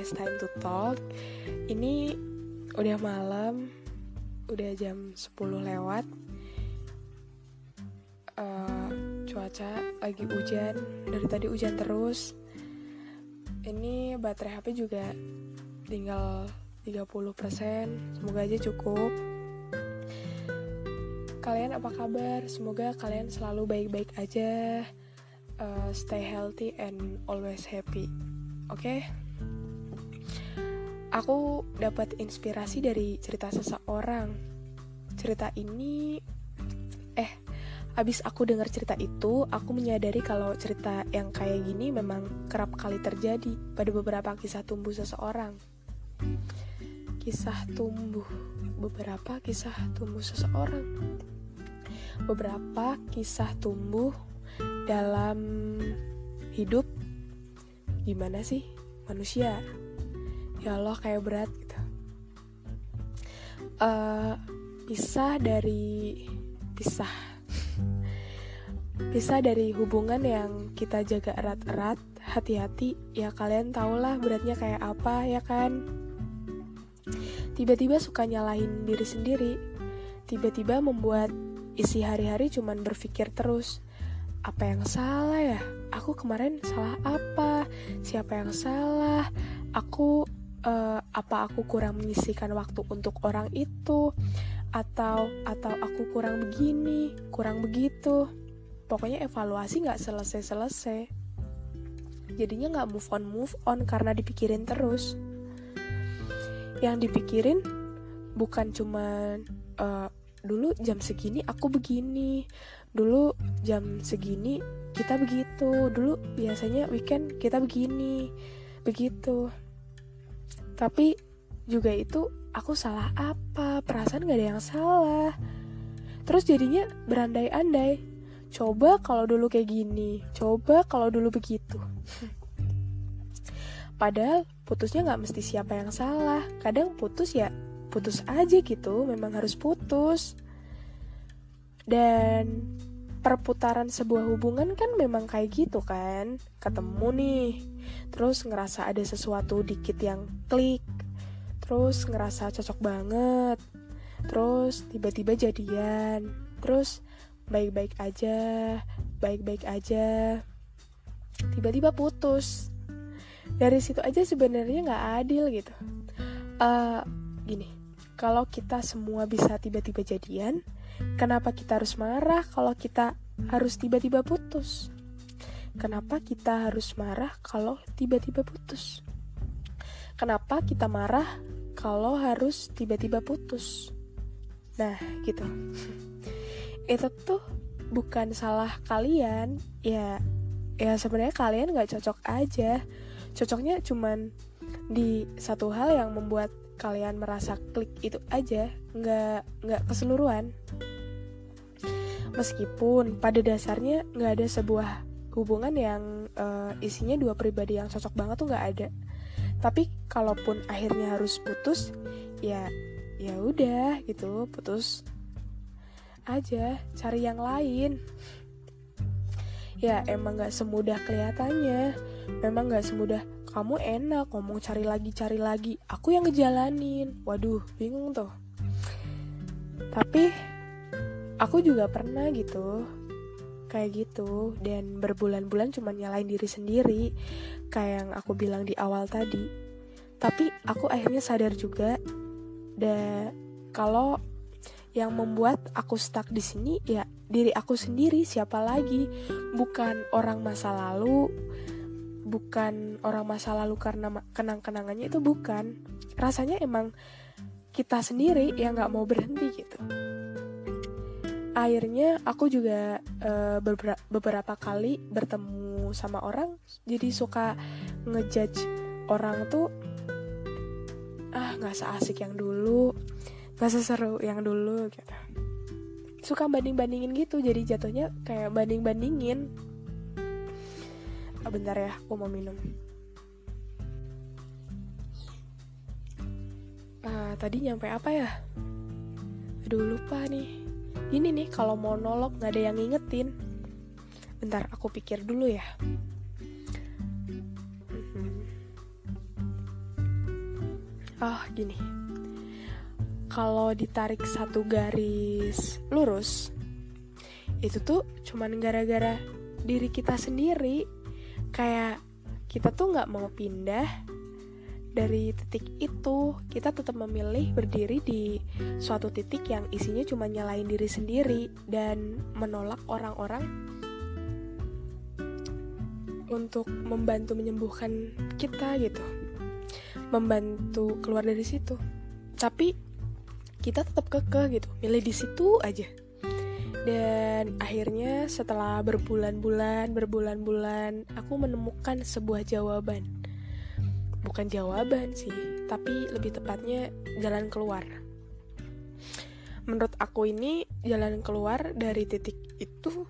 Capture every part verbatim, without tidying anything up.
podcast Time to Talk. Ini udah malam, udah jam sepuluh lewat. uh, Cuaca lagi hujan, dari tadi hujan terus. Ini baterai H P juga tinggal tiga puluh persen. Semoga aja cukup. Kalian apa kabar? Semoga kalian selalu baik-baik aja. uh, Stay healthy and always happy. Oke okay? Aku dapat inspirasi dari cerita seseorang. Cerita ini Eh Abis aku dengar cerita itu, aku menyadari kalau cerita yang kayak gini memang kerap kali terjadi pada beberapa kisah tumbuh seseorang. Kisah tumbuh Beberapa kisah tumbuh seseorang Beberapa kisah tumbuh dalam hidup gimana sih manusia. Ya Allah, kayak berat gitu. uh, Pisah dari Pisah Pisah dari hubungan yang kita jaga erat-erat, hati-hati. Ya kalian tahulah beratnya kayak apa, ya kan? Tiba-tiba suka nyalahin diri sendiri. Tiba-tiba membuat isi hari-hari cuman berpikir terus, apa yang salah ya? Aku kemarin salah apa? Siapa yang salah? Aku uh, apa aku kurang menyisihkan waktu untuk orang itu? Atau atau aku kurang begini, kurang begitu? Pokoknya evaluasi gak selesai-selesai. Jadinya gak move on move on karena dipikirin terus. Yang dipikirin bukan cuman uh, dulu jam segini aku begini, dulu jam segini kita begitu, dulu biasanya weekend kita begini, begitu. Tapi juga itu aku salah apa? Perasaan gak ada yang salah. Terus jadinya berandai-andai, coba kalau dulu kayak gini, coba kalau dulu begitu. Padahal putusnya gak mesti siapa yang salah. Kadang putus ya putus aja gitu, memang harus putus. Dan perputaran sebuah hubungan kan memang kayak gitu kan. Ketemu nih, terus ngerasa ada sesuatu dikit yang klik, terus ngerasa cocok banget, terus tiba-tiba jadian, terus baik-baik aja, baik-baik aja, tiba-tiba putus. Dari situ aja sebenarnya nggak adil gitu. Uh, gini, kalau kita semua bisa tiba-tiba jadian, kenapa kita harus marah kalau kita harus tiba-tiba putus? Kenapa kita harus marah kalau tiba-tiba putus? Kenapa kita marah kalau harus tiba-tiba putus? Nah, gitu. Itu tuh bukan salah kalian. Ya, ya sebenarnya kalian nggak cocok aja. Cocoknya cuman di satu hal yang membuat kalian merasa klik itu aja, nggak nggak keseluruhan. Meskipun pada dasarnya nggak ada sebuah hubungan yang uh, isinya dua pribadi yang cocok banget tuh nggak ada. Tapi kalaupun akhirnya harus putus, ya ya udah gitu, putus aja, cari yang lain. Ya emang nggak semudah kelihatannya, memang nggak semudah kamu enak ngomong cari lagi cari lagi, aku yang ngejalanin. Waduh, bingung tuh. Tapi aku juga pernah gitu, kayak gitu, dan berbulan-bulan cuma nyalain diri sendiri, kayak yang aku bilang di awal tadi. Tapi aku akhirnya sadar juga, da kalau yang membuat aku stuck di sini ya diri aku sendiri. Siapa lagi? Bukan orang masa lalu, bukan orang masa lalu karena kenang-kenangannya, itu bukan. Rasanya emang kita sendiri yang nggak mau berhenti gitu. Akhirnya aku juga uh, beberapa, beberapa kali bertemu sama orang, jadi suka ngejudge orang tuh, ah nggak seasik yang dulu, nggak seseru yang dulu gitu. Suka banding-bandingin gitu, jadi jatuhnya kayak banding-bandingin. Oh, bentar ya, aku mau minum. Ah, tadi nyampe apa ya? Aduh, lupa nih. Ini nih, kalau monolog gak ada yang ngingetin. Bentar, aku pikir dulu ya. Oh gini, kalau ditarik satu garis lurus, itu tuh cuman gara-gara diri kita sendiri. Kayak kita tuh gak mau pindah dari titik itu. Kita tetap memilih berdiri di suatu titik yang isinya cuma nyalain diri sendiri dan menolak orang-orang untuk membantu menyembuhkan kita gitu, membantu keluar dari situ. Tapi kita tetap kekeh gitu, milih di situ aja. Dan akhirnya setelah berbulan-bulan, berbulan-bulan, aku menemukan sebuah jawaban. Bukan jawaban sih, tapi lebih tepatnya jalan keluar. Menurut aku ini jalan keluar dari titik itu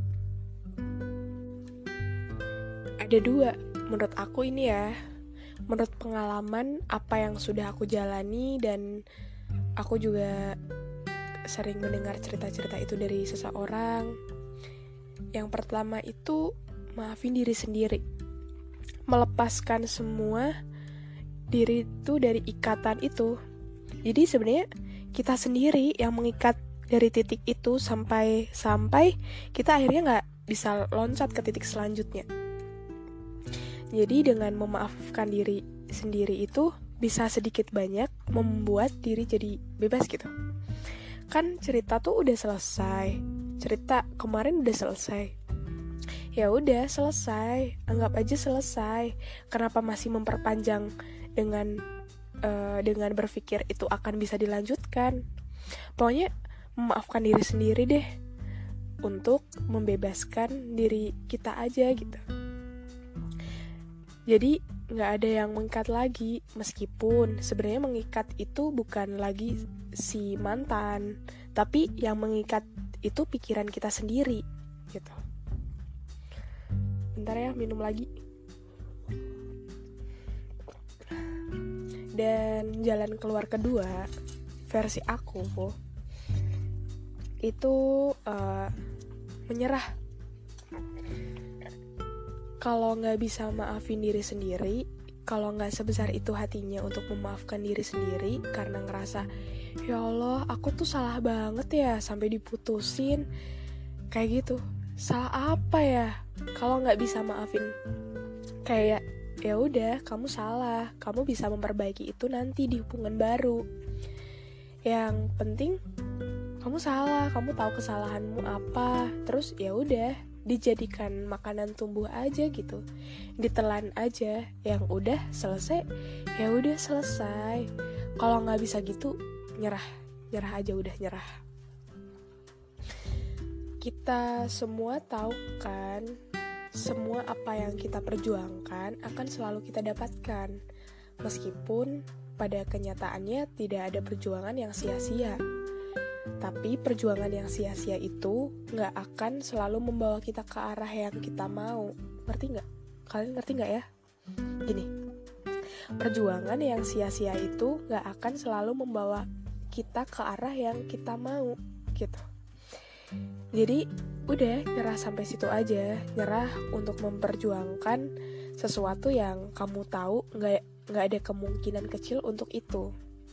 ada dua. Menurut aku ini ya, menurut pengalaman apa yang sudah aku jalani, dan aku juga sering mendengar cerita-cerita itu dari seseorang. Yang pertama itu maafin diri sendiri, melepaskan semua diri itu dari ikatan itu. Jadi sebenarnya kita sendiri yang mengikat dari titik itu sampai sampai kita akhirnya nggak bisa loncat ke titik selanjutnya. Jadi dengan memaafkan diri sendiri itu bisa sedikit banyak membuat diri jadi bebas gitu. Kan cerita tuh udah selesai, cerita kemarin udah selesai. Ya udah selesai, anggap aja selesai. Kenapa masih memperpanjang dengan uh, dengan berpikir itu akan bisa dilanjutkan? Pokoknya memaafkan diri sendiri deh, untuk membebaskan diri kita aja gitu. Jadi nggak ada yang mengikat lagi, meskipun sebenarnya mengikat itu bukan lagi si mantan, tapi yang mengikat itu pikiran kita sendiri gitu. Bentar ya, minum lagi. Dan jalan keluar kedua versi aku itu uh, menyerah. Kalau nggak bisa maafin diri sendiri, kalau nggak sebesar itu hatinya untuk memaafkan diri sendiri karena ngerasa, ya Allah, aku tuh salah banget ya sampai diputusin, kayak gitu. Salah apa ya? Kalau nggak bisa maafin, kayak ya udah, kamu salah, kamu bisa memperbaiki itu nanti di hubungan baru. Yang penting kamu salah, kamu tahu kesalahanmu apa, terus ya udah, dijadikan makanan tumbuh aja gitu, ditelan aja, yang udah selesai ya udah selesai. Kalau nggak bisa gitu, nyerah nyerah aja, udah nyerah. Kita semua tahu kan, semua apa yang kita perjuangkan akan selalu kita dapatkan, meskipun pada kenyataannya tidak ada perjuangan yang sia-sia. Tapi perjuangan yang sia-sia itu gak akan selalu membawa kita ke arah yang kita mau. Ngerti gak? Kalian ngerti gak ya? Gini, perjuangan yang sia-sia itu gak akan selalu membawa kita ke arah yang kita mau gitu. Jadi udah, nyerah sampai situ aja. Nyerah untuk memperjuangkan sesuatu yang kamu tahu gak, gak ada kemungkinan kecil untuk itu.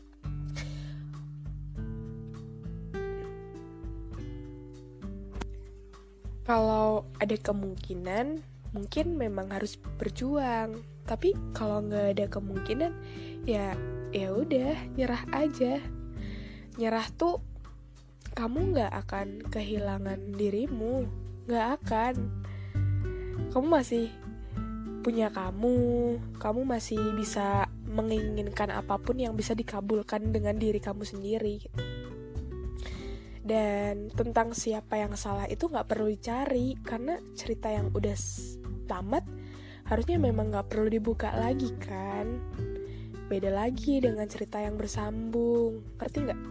Kalau ada kemungkinan, mungkin memang harus berjuang. Tapi kalau nggak ada kemungkinan, ya ya udah, nyerah aja. Nyerah tuh kamu nggak akan kehilangan dirimu, nggak akan. Kamu masih punya kamu, kamu masih bisa menginginkan apapun yang bisa dikabulkan dengan diri kamu sendiri. Dan tentang siapa yang salah itu gak perlu dicari, karena cerita yang udah tamat harusnya memang gak perlu dibuka lagi kan. Beda lagi dengan cerita yang bersambung, ngerti gak?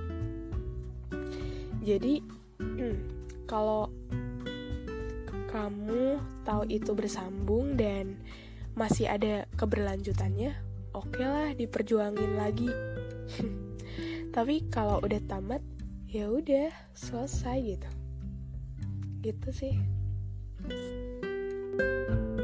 Jadi hmm, kalau kamu tahu itu bersambung dan masih ada keberlanjutannya, oke lah, diperjuangin lagi. Tapi kalau udah tamat, ya udah selesai gitu. Gitu sih.